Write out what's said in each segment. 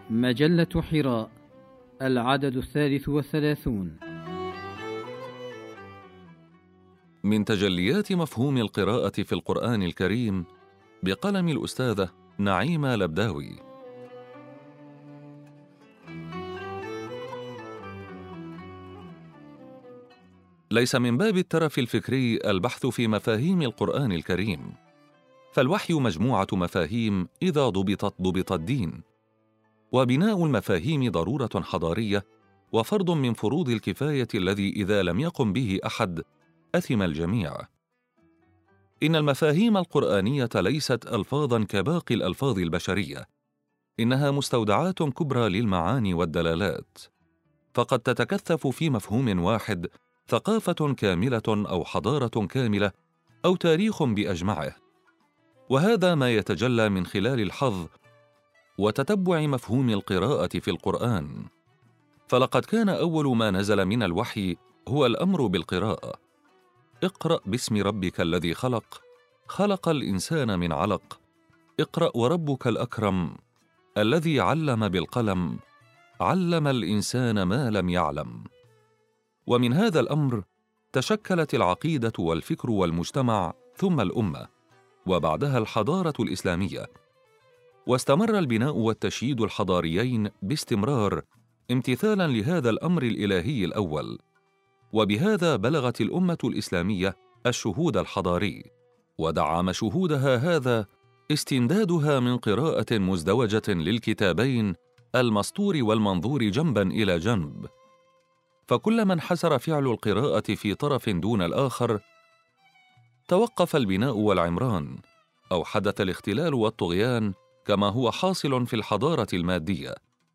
مجلة حراء، العدد 33. من تجليات مفهوم القراءة في القرآن الكريم بقلم الأستاذة نعيمة لبداوي. ليس من باب الترف الفكري البحث في مفاهيم القرآن الكريم، فالوحي مجموعة مفاهيم إذا ضبط الدين، وبناء المفاهيم ضرورة حضارية وفرض من فروض الكفاية الذي إذا لم يقم به أحد أثم الجميع. إن المفاهيم القرآنية ليست ألفاظاً كباقي الألفاظ البشرية، إنها مستودعات كبرى للمعاني والدلالات، فقد تتكثف في مفهوم واحد ثقافة كاملة أو حضارة كاملة أو تاريخ بأجمعه، وهذا ما يتجلى من خلال الحظ وتتبع مفهوم القراءة في القرآن. فلقد كان أول ما نزل من الوحي هو الأمر بالقراءة: اقرأ باسم ربك الذي خلق، خلق الإنسان من علق، اقرأ وربك الأكرم الذي علم بالقلم، علم الإنسان ما لم يعلم. ومن هذا الأمر تشكلت العقيدة والفكر والمجتمع، ثم الأمة، وبعدها الحضارة الإسلامية، واستمر البناء والتشييد الحضاريين باستمرار امتثالاً لهذا الأمر الإلهي الأول. وبهذا بلغت الأمة الإسلامية الشهود الحضاري، ودعم شهودها هذا استمدادها من قراءة مزدوجة للكتابين المسطور والمنظور جنباً إلى جنب، فكلما انحسر فعل القراءة في طرف دون الآخر توقف البناء والعمران، أو حدث الاختلال والطغيان كما هو حاصل في الحضارة المادية.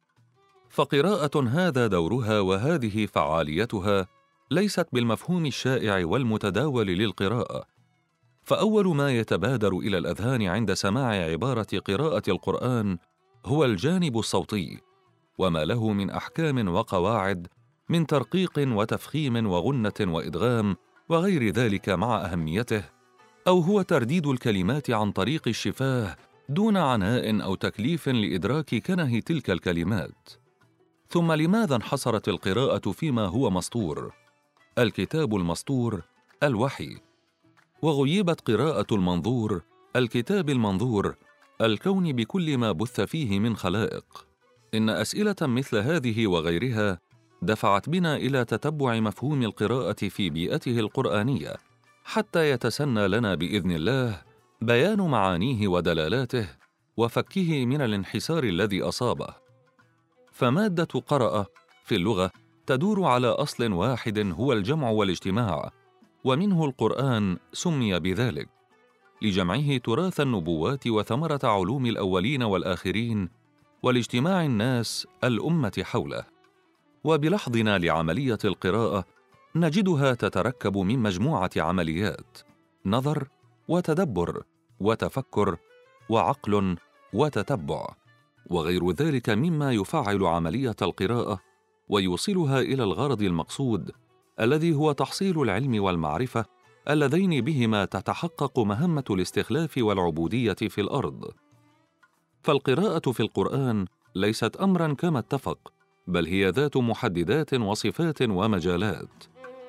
فقراءة هذا دورها وهذه فعاليتها ليست بالمفهوم الشائع والمتداول للقراءة، فأول ما يتبادر إلى الأذهان عند سماع عبارة قراءة القرآن هو الجانب الصوتي، وما له من أحكام وقواعد من ترقيق وتفخيم وغنة وإدغام وغير ذلك مع أهميته، أو هو ترديد الكلمات عن طريق الشفاه دون عناء أو تكليف لإدراك كنه تلك الكلمات. ثم لماذا انحصرت القراءة فيما هو مسطور؟ الكتاب المسطور، الوحي، وغيبت قراءة المنظور، الكتاب المنظور، الكون بكل ما بث فيه من خلائق. إن أسئلة مثل هذه وغيرها دفعت بنا إلى تتبع مفهوم القراءة في بيئته القرآنية، حتى يتسنى لنا بإذن الله بيان معانيه ودلالاته وفكه من الانحسار الذي أصابه. فمادة قرأ في اللغة تدور على أصل واحد هو الجمع والاجتماع، ومنه القرآن سمي بذلك، لجمعه تراث النبوات وثمرة علوم الأولين والآخرين، ولاجتماع الناس الأمة حوله. وبلحظنا لعملية القراءة نجدها تتركب من مجموعة عمليات: نظر وتدبر وتفكر وعقل وتتبع، وغير ذلك مما يفعل عملية القراءة ويوصلها إلى الغرض المقصود، الذي هو تحصيل العلم والمعرفة اللذين بهما تتحقق مهمة الاستخلاف والعبودية في الأرض. فالقراءة في القرآن ليست أمراً كما اتفق، بل هي ذات محددات وصفات ومجالات.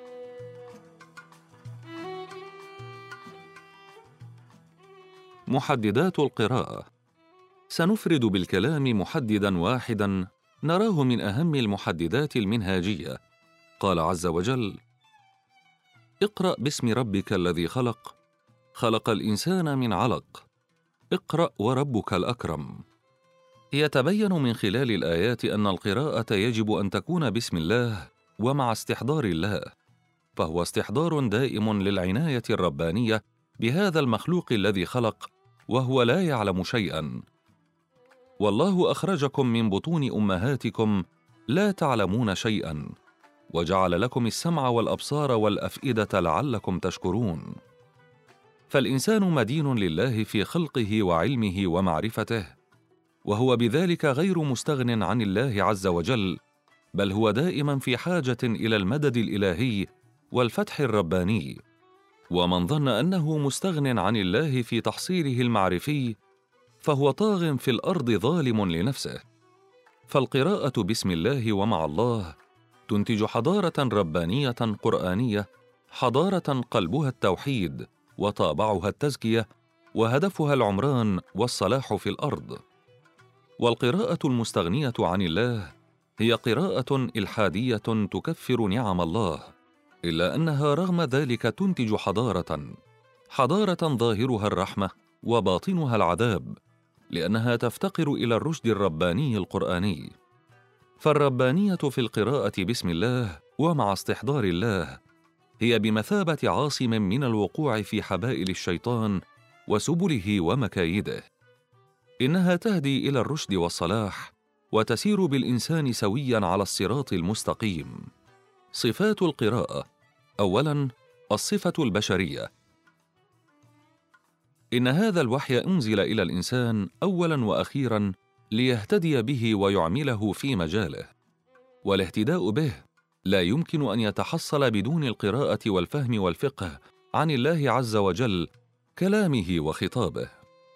محددات القراءة. سنفرد بالكلام محدداً واحداً نراه من أهم المحددات المنهاجية. قال عز وجل: اقرأ باسم ربك الذي خلق، خلق الإنسان من علق، اقرأ وربك الأكرم. يتبين من خلال الآيات أن القراءة يجب أن تكون باسم الله ومع استحضار الله، فهو استحضار دائم للعناية الربانية بهذا المخلوق الذي خلق وهو لا يعلم شيئاً. والله أخرجكم من بطون أمهاتكم لا تعلمون شيئاً، وجعل لكم السمع والأبصار والأفئدة لعلكم تشكرون. فالإنسان مدين لله في خلقه وعلمه ومعرفته، وهو بذلك غير مستغن عن الله عز وجل، بل هو دائما في حاجة إلى المدد الإلهي والفتح الرباني. ومن ظن أنه مستغن عن الله في تحصيله المعرفي فهو طاغ في الأرض ظالم لنفسه. فالقراءة بسم الله ومع الله تنتج حضارة ربانية قرآنية، حضارة قلبها التوحيد وطابعها التزكية وهدفها العمران والصلاح في الأرض. والقراءة المستغنية عن الله هي قراءة إلحادية تكفر نعم الله، إلا أنها رغم ذلك تنتج حضارة ظاهرها الرحمة وباطنها العذاب، لأنها تفتقر إلى الرشد الرباني القرآني. فالربانية في القراءة بسم الله ومع استحضار الله هي بمثابة عاصم من الوقوع في حبائل الشيطان وسبله ومكايده. إنها تهدي إلى الرشد والصلاح وتسير بالإنسان سوياً على الصراط المستقيم. صفات القراءة: أولاً، الصفة البشرية. إن هذا الوحي أنزل إلى الإنسان أولاً وأخيراً ليهتدي به ويعمله في مجاله، والاهتداء به لا يمكن أن يتحصل بدون القراءة والفهم والفقه عن الله عز وجل، كلامه وخطابه.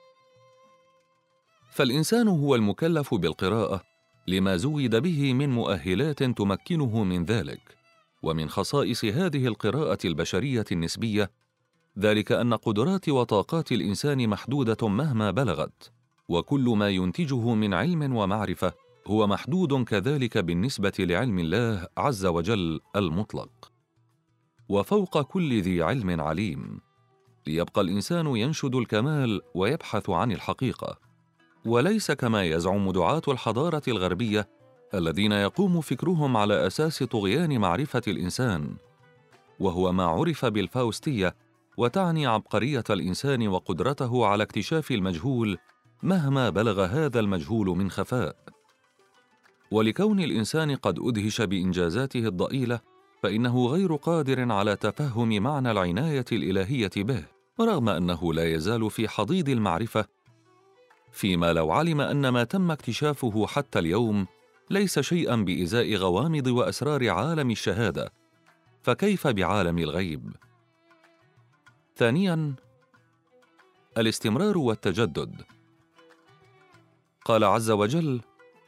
فالإنسان هو المكلف بالقراءة لما زود به من مؤهلات تمكنه من ذلك. ومن خصائص هذه القراءة البشرية النسبية ذلك أن قدرات وطاقات الإنسان محدودة مهما بلغت، وكل ما ينتجه من علم ومعرفة هو محدود كذلك بالنسبة لعلم الله عز وجل المطلق. وفوق كل ذي علم عليم، ليبقى الإنسان ينشد الكمال ويبحث عن الحقيقة، وليس كما يزعم دعاة الحضارة الغربية الذين يقوم فكرهم على أساس طغيان معرفة الإنسان، وهو ما عرف بالفاوستية، وتعني عبقرية الإنسان وقدرته على اكتشاف المجهول مهما بلغ هذا المجهول من خفاء. ولكون الإنسان قد أدهش بإنجازاته الضئيلة، فإنه غير قادر على تفهم معنى العناية الإلهية به، رغم أنه لا يزال في حضيض المعرفة، فيما لو علم أن ما تم اكتشافه حتى اليوم ليس شيئاً بإزاء غوامض وأسرار عالم الشهادة، فكيف بعالم الغيب؟ ثانياً، الاستمرار والتجدد. قال عز وجل: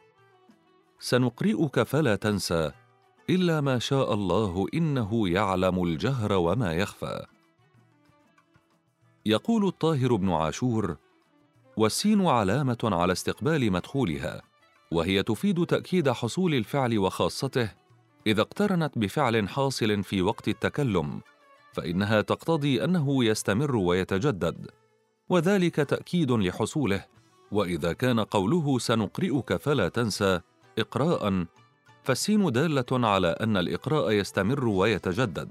سنقرئك فلا تنسى إلا ما شاء الله إنه يعلم الجهر وما يخفى. يقول الطاهر بن عاشور: والسين علامة على استقبال مدخولها، وهي تفيد تأكيد حصول الفعل وخاصته إذا اقترنت بفعل حاصل في وقت التكلم، فإنها تقتضي أنه يستمر ويتجدد، وذلك تأكيد لحصوله. وإذا كان قوله سنقرئك فلا تنسى إقراءً، فالسين دالة على أن الإقراء يستمر ويتجدد.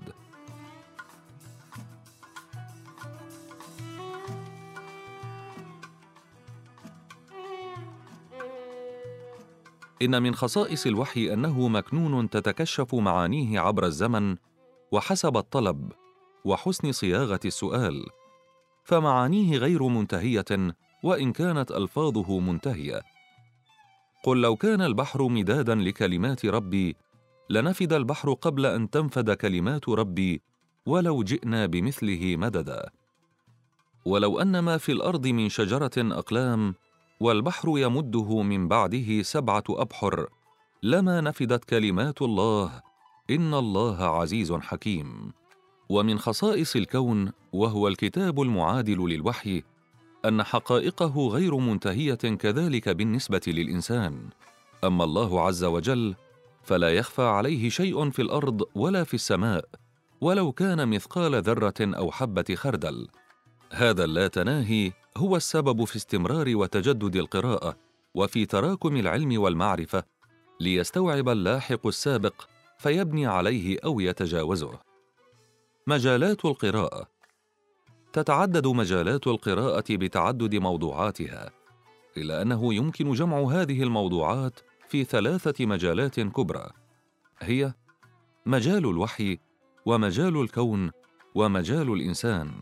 إن من خصائص الوحي أنه مكنون تتكشف معانيه عبر الزمن وحسب الطلب وحسن صياغة السؤال، فمعانيه غير منتهية وإن كانت ألفاظه منتهية. قل لو كان البحر مدادا لكلمات ربي لنفد البحر قبل أن تنفد كلمات ربي ولو جئنا بمثله مددا. ولو أن ما في الأرض من شجرة أقلام والبحر يمده من بعده 7 أبحر لما نفدت كلمات الله إن الله عزيز حكيم. ومن خصائص الكون وهو الكتاب المعادل للوحي أن حقائقه غير منتهية كذلك بالنسبة للإنسان. أما الله عز وجل فلا يخفى عليه شيء في الأرض ولا في السماء ولو كان مثقال ذرة أو حبة خردل. هذا اللاتناهي هو السبب في استمرار وتجدد القراءة وفي تراكم العلم والمعرفة ليستوعب اللاحق السابق فيبني عليه أو يتجاوزه. مجالات القراءة: تتعدد مجالات القراءة بتعدد موضوعاتها، إلا أنه يمكن جمع هذه الموضوعات في 3 مجالات كبرى، هي مجال الوحي ومجال الكون ومجال الإنسان.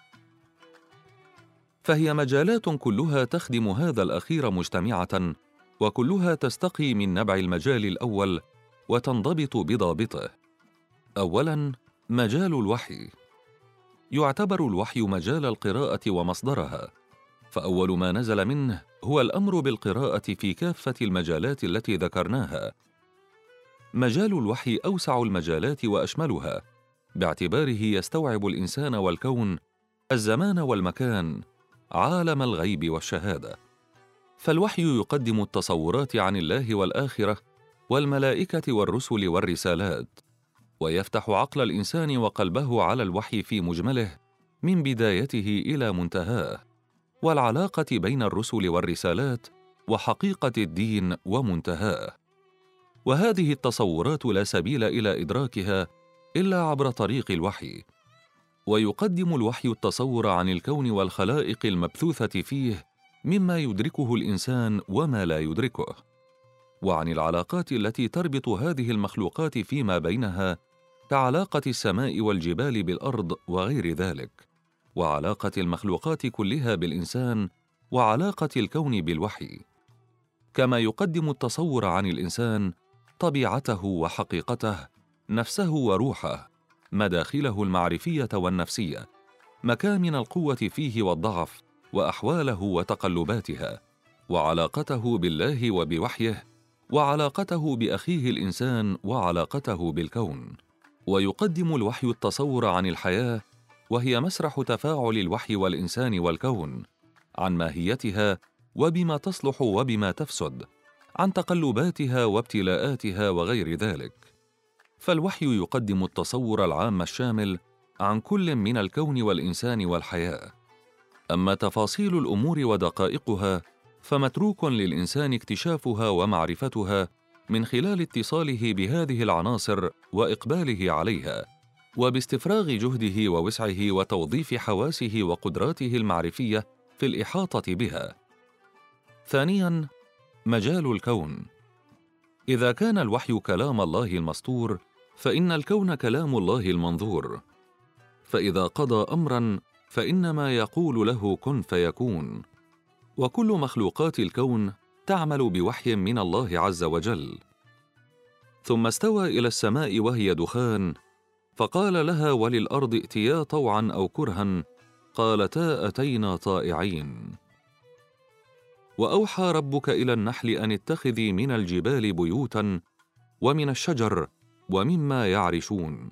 فهي مجالات كلها تخدم هذا الأخير مجتمعة، وكلها تستقي من نبع المجال الأول وتنضبط بضابطه. أولاً، مجال الوحي. يعتبر الوحي مجال القراءة ومصدرها، فأول ما نزل منه هو الأمر بالقراءة في كافة المجالات التي ذكرناها. مجال الوحي أوسع المجالات وأشملها، باعتباره يستوعب الإنسان والكون، الزمان والمكان، عالم الغيب والشهادة. فالوحي يقدم التصورات عن الله والآخرة والملائكة والرسل والرسالات، ويفتح عقل الإنسان وقلبه على الوحي في مجمله من بدايته إلى منتهاه، والعلاقة بين الرسل والرسالات، وحقيقة الدين ومنتهاه. وهذه التصورات لا سبيل إلى إدراكها إلا عبر طريق الوحي. ويقدم الوحي التصور عن الكون والخلائق المبثوثة فيه مما يدركه الإنسان وما لا يدركه، وعن العلاقات التي تربط هذه المخلوقات فيما بينها، كعلاقة السماء والجبال بالأرض وغير ذلك، وعلاقة المخلوقات كلها بالإنسان، وعلاقة الكون بالوحي. كما يقدم التصور عن الإنسان طبيعته وحقيقته، نفسه وروحه، مداخله المعرفية والنفسية، مكامن القوة فيه والضعف، وأحواله وتقلباتها، وعلاقته بالله وبوحيه، وعلاقته بأخيه الإنسان، وعلاقته بالكون. ويقدم الوحي التصور عن الحياة، وهي مسرح تفاعل الوحي والإنسان والكون، عن ماهيتها وبما تصلح وبما تفسد، عن تقلباتها وابتلاءاتها وغير ذلك. فالوحي يقدم التصور العام الشامل عن كل من الكون والإنسان والحياة. أما تفاصيل الأمور ودقائقها فمتروك للإنسان اكتشافها ومعرفتها من خلال اتصاله بهذه العناصر وإقباله عليها، وباستفراغ جهده ووسعه وتوظيف حواسه وقدراته المعرفية في الإحاطة بها. ثانياً، مجال الكون. إذا كان الوحي كلام الله المسطور، فإن الكون كلام الله المنظور. فإذا قضى أمراً فإنما يقول له كن فيكون. وكل مخلوقات الكون تعمل بوحي من الله عز وجل. ثم استوى إلى السماء وهي دخان، فقال لها وللأرض ائتيا طوعاً أو كرها، قالتا أتينا طائعين. وأوحى ربك إلى النحل أن اتخذي من الجبال بيوتاً ومن الشجر ومما يعرشون.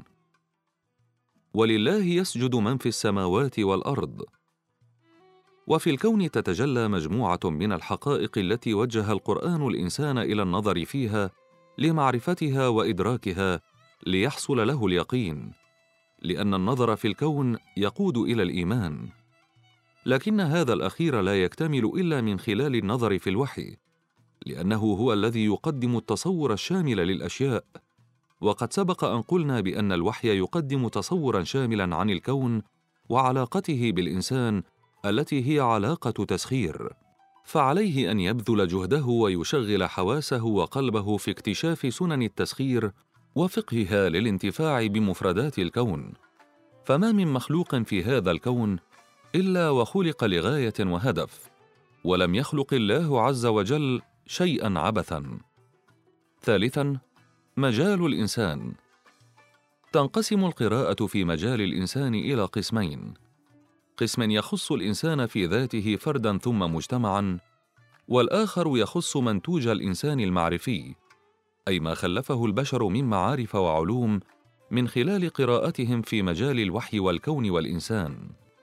ولله يسجد من في السماوات والأرض. وفي الكون تتجلى مجموعة من الحقائق التي وجه القرآن الإنسان إلى النظر فيها لمعرفتها وإدراكها، ليحصل له اليقين، لأن النظر في الكون يقود إلى الإيمان. لكن هذا الأخير لا يكتمل إلا من خلال النظر في الوحي، لأنه هو الذي يقدم التصور الشامل للأشياء. وقد سبق أن قلنا بأن الوحي يقدم تصوراً شاملاً عن الكون وعلاقته بالإنسان التي هي علاقة تسخير، فعليه أن يبذل جهده ويشغل حواسه وقلبه في اكتشاف سنن التسخير وفقهها للانتفاع بمفردات الكون. فما من مخلوق في هذا الكون إلا وخلق لغاية وهدف، ولم يخلق الله عز وجل شيئاً عبثاً. ثالثاً، مجال الإنسان. تنقسم القراءة في مجال الإنسان إلى قسمين: قسم يخص الإنسان في ذاته فرداً ثم مجتمعاً، والآخر يخص منتوج الإنسان المعرفي، أي ما خلفه البشر من معارف وعلوم من خلال قراءتهم في مجال الوحي والكون والإنسان.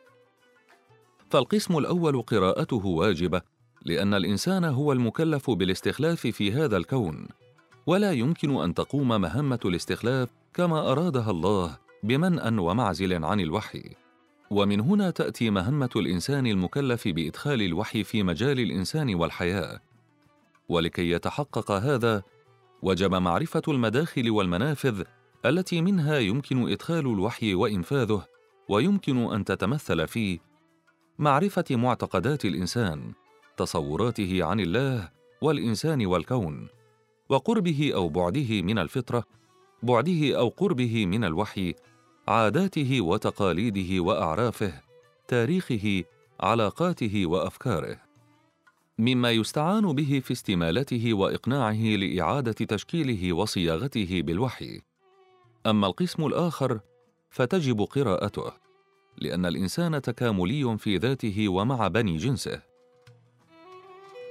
فالقسم الأول قراءته واجبة، لأن الإنسان هو المكلف بالاستخلاف في هذا الكون، ولا يمكن أن تقوم مهمة الاستخلاف كما أرادها الله بمنأى ومعزل عن الوحي. ومن هنا تأتي مهمة الإنسان المكلف بإدخال الوحي في مجال الإنسان والحياة. ولكي يتحقق هذا، وجب معرفة المداخل والمنافذ التي منها يمكن إدخال الوحي وإنفاذه، ويمكن أن تتمثل في معرفة معتقدات الإنسان، تصوراته عن الله والإنسان والكون، وقربه أو بعده من الفطرة، بعده أو قربه من الوحي، عاداته وتقاليده وأعرافه، تاريخه، علاقاته وأفكاره، مما يستعان به في استمالته وإقناعه لإعادة تشكيله وصياغته بالوحي. أما القسم الآخر فتجب قراءته، لأن الإنسان تكاملي في ذاته ومع بني جنسه.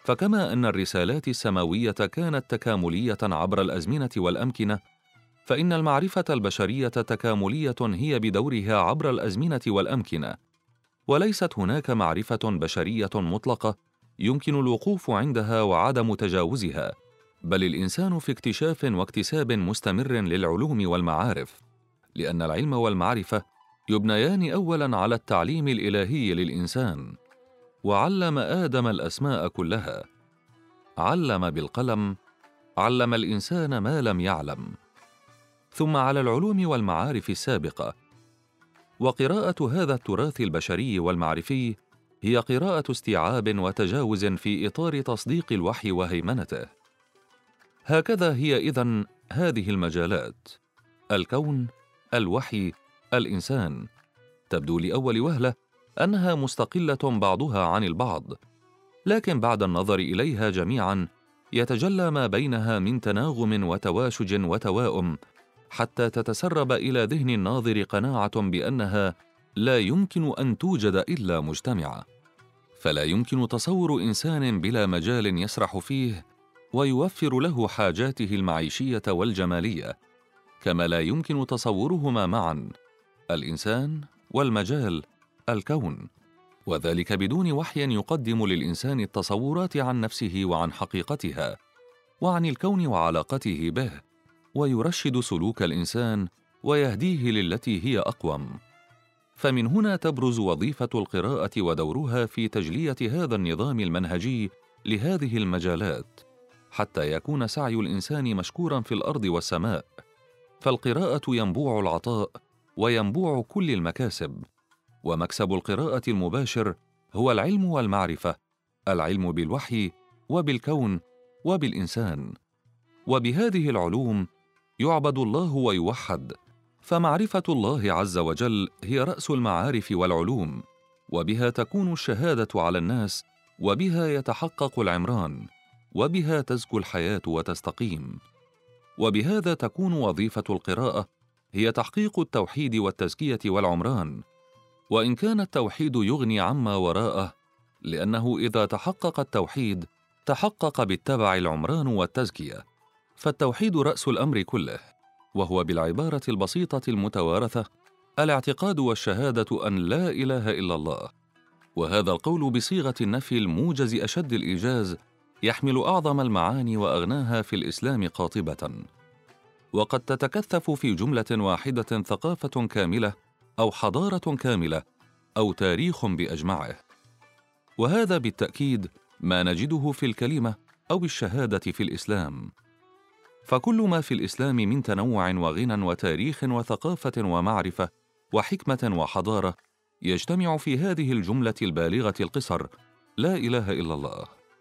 فكما أن الرسالات السماوية كانت تكاملية عبر الأزمنة والأمكنة، فإن المعرفة البشرية تكاملية هي بدورها عبر الأزمنة والأمكنة، وليست هناك معرفة بشرية مطلقة يمكن الوقوف عندها وعدم تجاوزها، بل الإنسان في اكتشاف واكتساب مستمر للعلوم والمعارف، لأن العلم والمعرفة يبنيان أولاً على التعليم الإلهي للإنسان. وعلم آدم الأسماء كلها، علم بالقلم، علم الإنسان ما لم يعلم، ثم على العلوم والمعارف السابقة. وقراءة هذا التراث البشري والمعرفي هي قراءة استيعاب وتجاوز في إطار تصديق الوحي وهيمنته. هكذا هي إذن هذه المجالات: الكون، الوحي، الإنسان، تبدو لأول وهلة أنها مستقلة بعضها عن البعض، لكن بعد النظر إليها جميعاً يتجلى ما بينها من تناغم وتواشج وتواؤم، حتى تتسرب إلى ذهن الناظر قناعة بأنها لا يمكن أن توجد إلا مجتمعة. فلا يمكن تصور إنسان بلا مجال يسرح فيه ويوفر له حاجاته المعيشية والجمالية، كما لا يمكن تصورهما معاً، الإنسان والمجال، الكون، وذلك بدون وحي يقدم للإنسان التصورات عن نفسه وعن حقيقتها وعن الكون وعلاقته به، ويرشد سلوك الإنسان ويهديه للتي هي أقوم. فمن هنا تبرز وظيفة القراءة ودورها في تجلية هذا النظام المنهجي لهذه المجالات، حتى يكون سعي الإنسان مشكوراً في الأرض والسماء. فالقراءة ينبوع العطاء وينبوع كل المكاسب، ومكسب القراءة المباشر هو العلم والمعرفة، العلم بالوحي وبالكون وبالإنسان. وبهذه العلوم يعبد الله ويوحد، فمعرفة الله عز وجل هي رأس المعارف والعلوم، وبها تكون الشهادة على الناس، وبها يتحقق العمران، وبها تزكو الحياة وتستقيم. وبهذا تكون وظيفة القراءة هي تحقيق التوحيد والتزكية والعمران، وإن كان التوحيد يغني عما وراءه، لأنه إذا تحقق التوحيد تحقق بالتبع العمران والتزكية. فالتوحيد رأس الأمر كله، وهو بالعبارة البسيطة المتوارثة الاعتقاد والشهادة أن لا إله إلا الله. وهذا القول بصيغة النفي الموجز أشد الإيجاز يحمل أعظم المعاني وأغناها في الإسلام قاطبة، وقد تتكثف في جملة واحدة ثقافة كاملة أو حضارة كاملة أو تاريخ بأجمعه. وهذا بالتأكيد ما نجده في الكلمة أو الشهادة في الإسلام. فكل ما في الإسلام من تنوع وغنى وتاريخ وثقافة ومعرفة وحكمة وحضارة يجتمع في هذه الجملة البالغة القصر: لا إله إلا الله.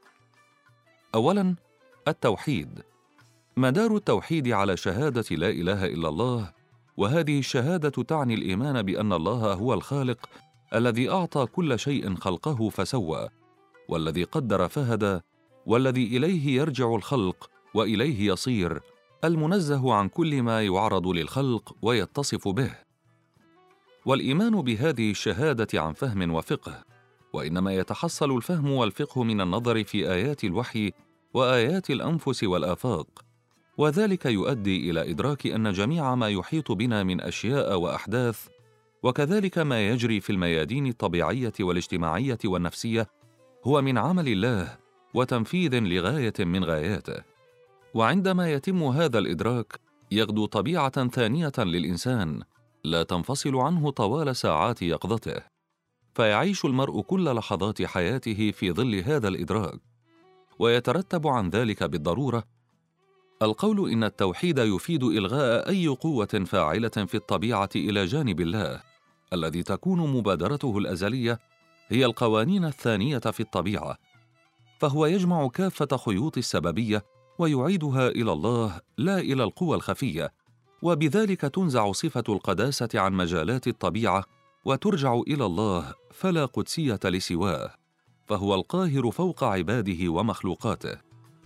أولاً، التوحيد. مدار التوحيد على شهادة لا إله إلا الله، وهذه الشهادة تعني الإيمان بأن الله هو الخالق الذي أعطى كل شيء خلقه فسوى، والذي قدر فهدى، والذي إليه يرجع الخلق وإليه يصير، المنزه عن كل ما يعرض للخلق ويتصف به. والإيمان بهذه الشهادة عن فهم وفقه، وإنما يتحصل الفهم والفقه من النظر في آيات الوحي وآيات الأنفس والآفاق، وذلك يؤدي إلى إدراك أن جميع ما يحيط بنا من أشياء وأحداث، وكذلك ما يجري في الميادين الطبيعية والاجتماعية والنفسية، هو من عمل الله وتنفيذ لغاية من غاياته. وعندما يتم هذا الإدراك يغدو طبيعة ثانية للإنسان لا تنفصل عنه طوال ساعات يقظته، فيعيش المرء كل لحظات حياته في ظل هذا الإدراك. ويترتب عن ذلك بالضرورة القول إن التوحيد يفيد إلغاء أي قوة فاعلة في الطبيعة إلى جانب الله، الذي تكون مبادرته الأزلية هي القوانين الثانية في الطبيعة، فهو يجمع كافة خيوط السببية ويعيدها إلى الله لا إلى القوى الخفية، وبذلك تنزع صفة القداسة عن مجالات الطبيعة وترجع إلى الله، فلا قدسية لسواه، فهو القاهر فوق عباده ومخلوقاته.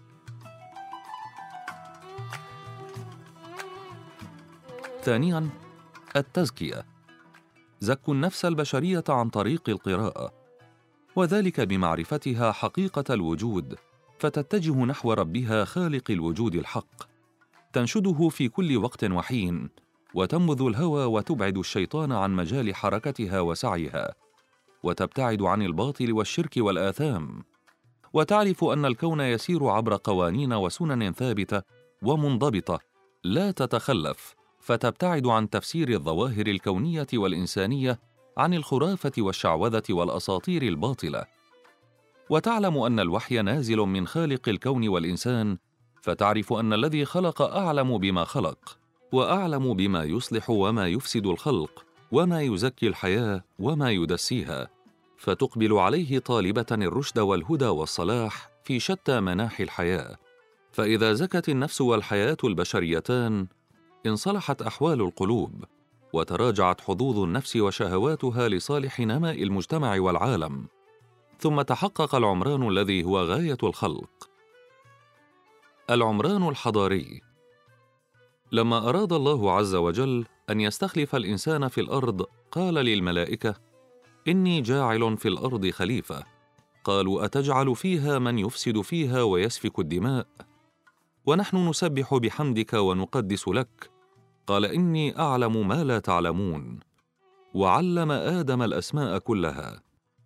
ثانياً، التزكية. زكوا النفس البشرية عن طريق القراءة، وذلك بمعرفتها حقيقة الوجود، فتتجه نحو ربها خالق الوجود الحق، تنشده في كل وقت وحين، وتنبذ الهوى وتبعد الشيطان عن مجال حركتها وسعيها، وتبتعد عن الباطل والشرك والآثام، وتعرف أن الكون يسير عبر قوانين وسنن ثابتة ومنضبطة لا تتخلف، فتبتعد عن تفسير الظواهر الكونية والإنسانية عن الخرافة والشعوذة والأساطير الباطلة. وتعلم أن الوحي نازل من خالق الكون والإنسان، فتعرف أن الذي خلق أعلم بما خلق، وأعلم بما يصلح وما يفسد الخلق، وما يزكي الحياة وما يدسيها، فتقبل عليه طالبة الرشد والهدى والصلاح في شتى مناحي الحياة. فإذا زكت النفس والحياة البشريتان، انصلحت أحوال القلوب، وتراجعت حظوظ النفس وشهواتها لصالح نماء المجتمع والعالم، ثم تحقق العمران الذي هو غاية الخلق. العمران الحضاري. لما أراد الله عز وجل أن يستخلف الإنسان في الأرض، قال للملائكة: إني جاعل في الأرض خليفة. قالوا: أتجعل فيها من يفسد فيها ويسفك الدماء ونحن نسبح بحمدك ونقدس لك؟ قال: إني أعلم ما لا تعلمون. وعلم آدم الأسماء كلها.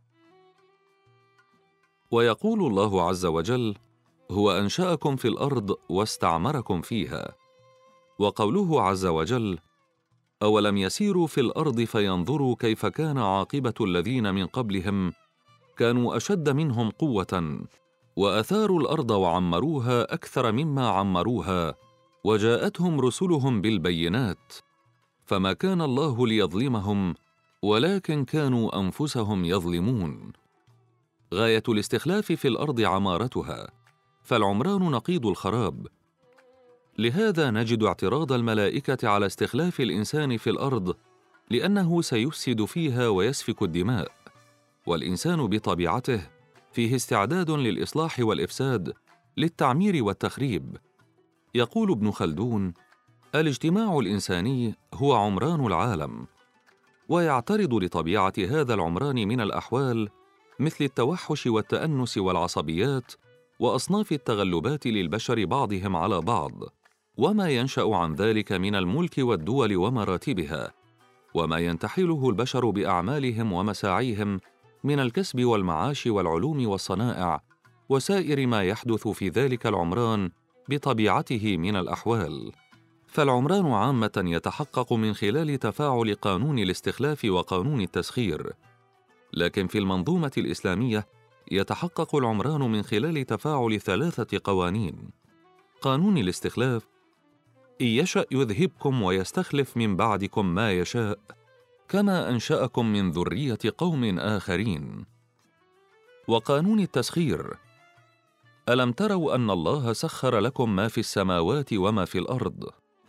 ويقول الله عز وجل: هو أنشأكم في الأرض واستعمركم فيها. وقوله عز وجل: أولم يسيروا في الأرض فينظروا كيف كان عاقبة الذين من قبلهم كانوا أشد منهم قوة وأثاروا الأرض وعمروها أكثر مما عمروها وجاءتهم رسلهم بالبينات فما كان الله ليظلمهم ولكن كانوا أنفسهم يظلمون. غاية الاستخلاف في الأرض عمارتها، فالعمران نقيض الخراب. لهذا نجد اعتراض الملائكة على استخلاف الإنسان في الأرض، لأنه سيفسد فيها ويسفك الدماء، والإنسان بطبيعته فيه استعداد للإصلاح والإفساد، للتعمير والتخريب. يقول ابن خلدون: الاجتماع الإنساني هو عمران العالم، ويعترض لطبيعة هذا العمران من الأحوال مثل التوحش والتأنس والعصبيات وأصناف التغلبات للبشر بعضهم على بعض، وما ينشأ عن ذلك من الملك والدول ومراتبها، وما ينتحله البشر بأعمالهم ومساعيهم من الكسب والمعاش والعلوم والصنائع، وسائر ما يحدث في ذلك العمران بطبيعته من الأحوال. فالعمران عامة يتحقق من خلال تفاعل قانون الاستخلاف وقانون التسخير، لكن في المنظومة الإسلامية يتحقق العمران من خلال تفاعل 3 قوانين. قانون الاستخلاف: إن يشأ يذهبكم ويستخلف من بعدكم ما يشاء كما أنشأكم من ذرية قوم آخرين. وقانون التسخير: ألم تروا أن الله سخر لكم ما في السماوات وما في الأرض.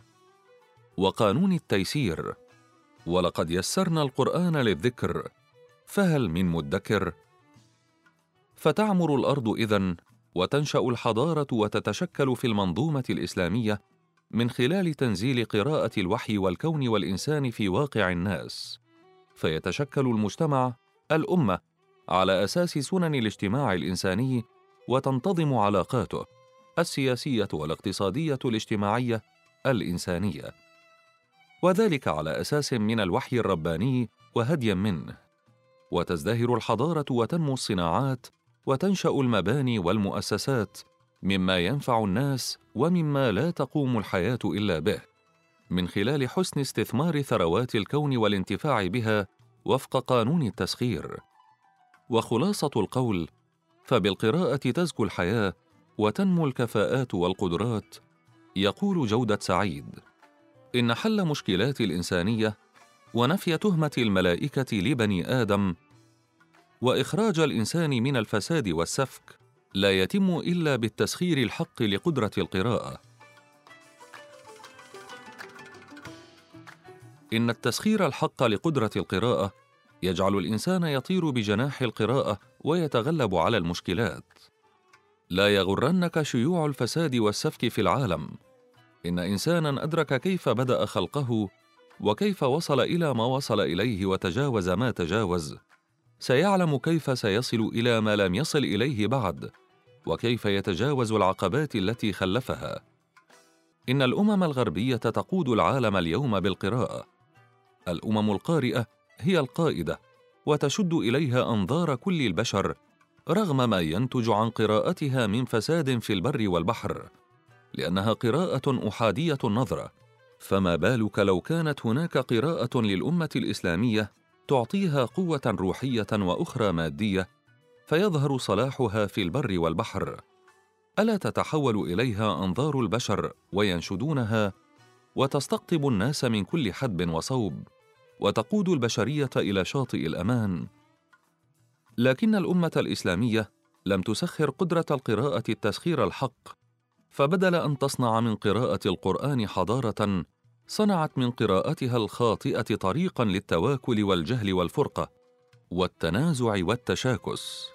وقانون التيسير: ولقد يسرنا القرآن للذكر فهل من مدكر. فتعمر الأرض إذن، وتنشأ الحضارة وتتشكل في المنظومة الإسلامية من خلال تنزيل قراءة الوحي والكون والإنسان في واقع الناس، فيتشكل المجتمع، الأمة، على أساس سنن الاجتماع الإنساني، وتنتظم علاقاته السياسية والاقتصادية الاجتماعية الإنسانية، وذلك على أساس من الوحي الرباني وهديا منه. وتزدهر الحضارة وتنمو الصناعات وتنشأ المباني والمؤسسات مما ينفع الناس ومما لا تقوم الحياة إلا به، من خلال حسن استثمار ثروات الكون والانتفاع بها وفق قانون التسخير. وخلاصة القول: فبالقراءة تزكو الحياة وتنمو الكفاءات والقدرات. يقول جودة سعيد: إن حل مشكلات الإنسانية ونفي تهمة الملائكة لبني آدم وإخراج الإنسان من الفساد والسفك لا يتم إلا بالتسخير الحق لقدرة القراءة. إن التسخير الحق لقدرة القراءة يجعل الإنسان يطير بجناح القراءة ويتغلب على المشكلات. لا يغرنك شيوع الفساد والسفك في العالم. إن إنساناً أدرك كيف بدأ خلقه وكيف وصل إلى ما وصل إليه وتجاوز ما تجاوز، سيعلم كيف سيصل إلى ما لم يصل إليه بعد، وكيف يتجاوز العقبات التي خلفها. إن الأمم الغربية تقود العالم اليوم بالقراءة. الأمم القارئة هي القائدة، وتشد إليها أنظار كل البشر رغم ما ينتج عن قراءتها من فساد في البر والبحر، لأنها قراءة أحادية النظرة. فما بالك لو كانت هناك قراءة للأمة الإسلامية تعطيها قوة روحية وأخرى مادية، فيظهر صلاحها في البر والبحر؟ ألا تتحول إليها أنظار البشر وينشدونها، وتستقطب الناس من كل حدب وصوب، وتقود البشرية إلى شاطئ الأمان؟ لكن الأمة الإسلامية لم تسخر قدرة القراءة التسخير الحق، فبدل أن تصنع من قراءة القرآن حضارة، صنعت من قراءتها الخاطئة طريقاً للتواكل والجهل والفرقة والتنازع والتشاكس.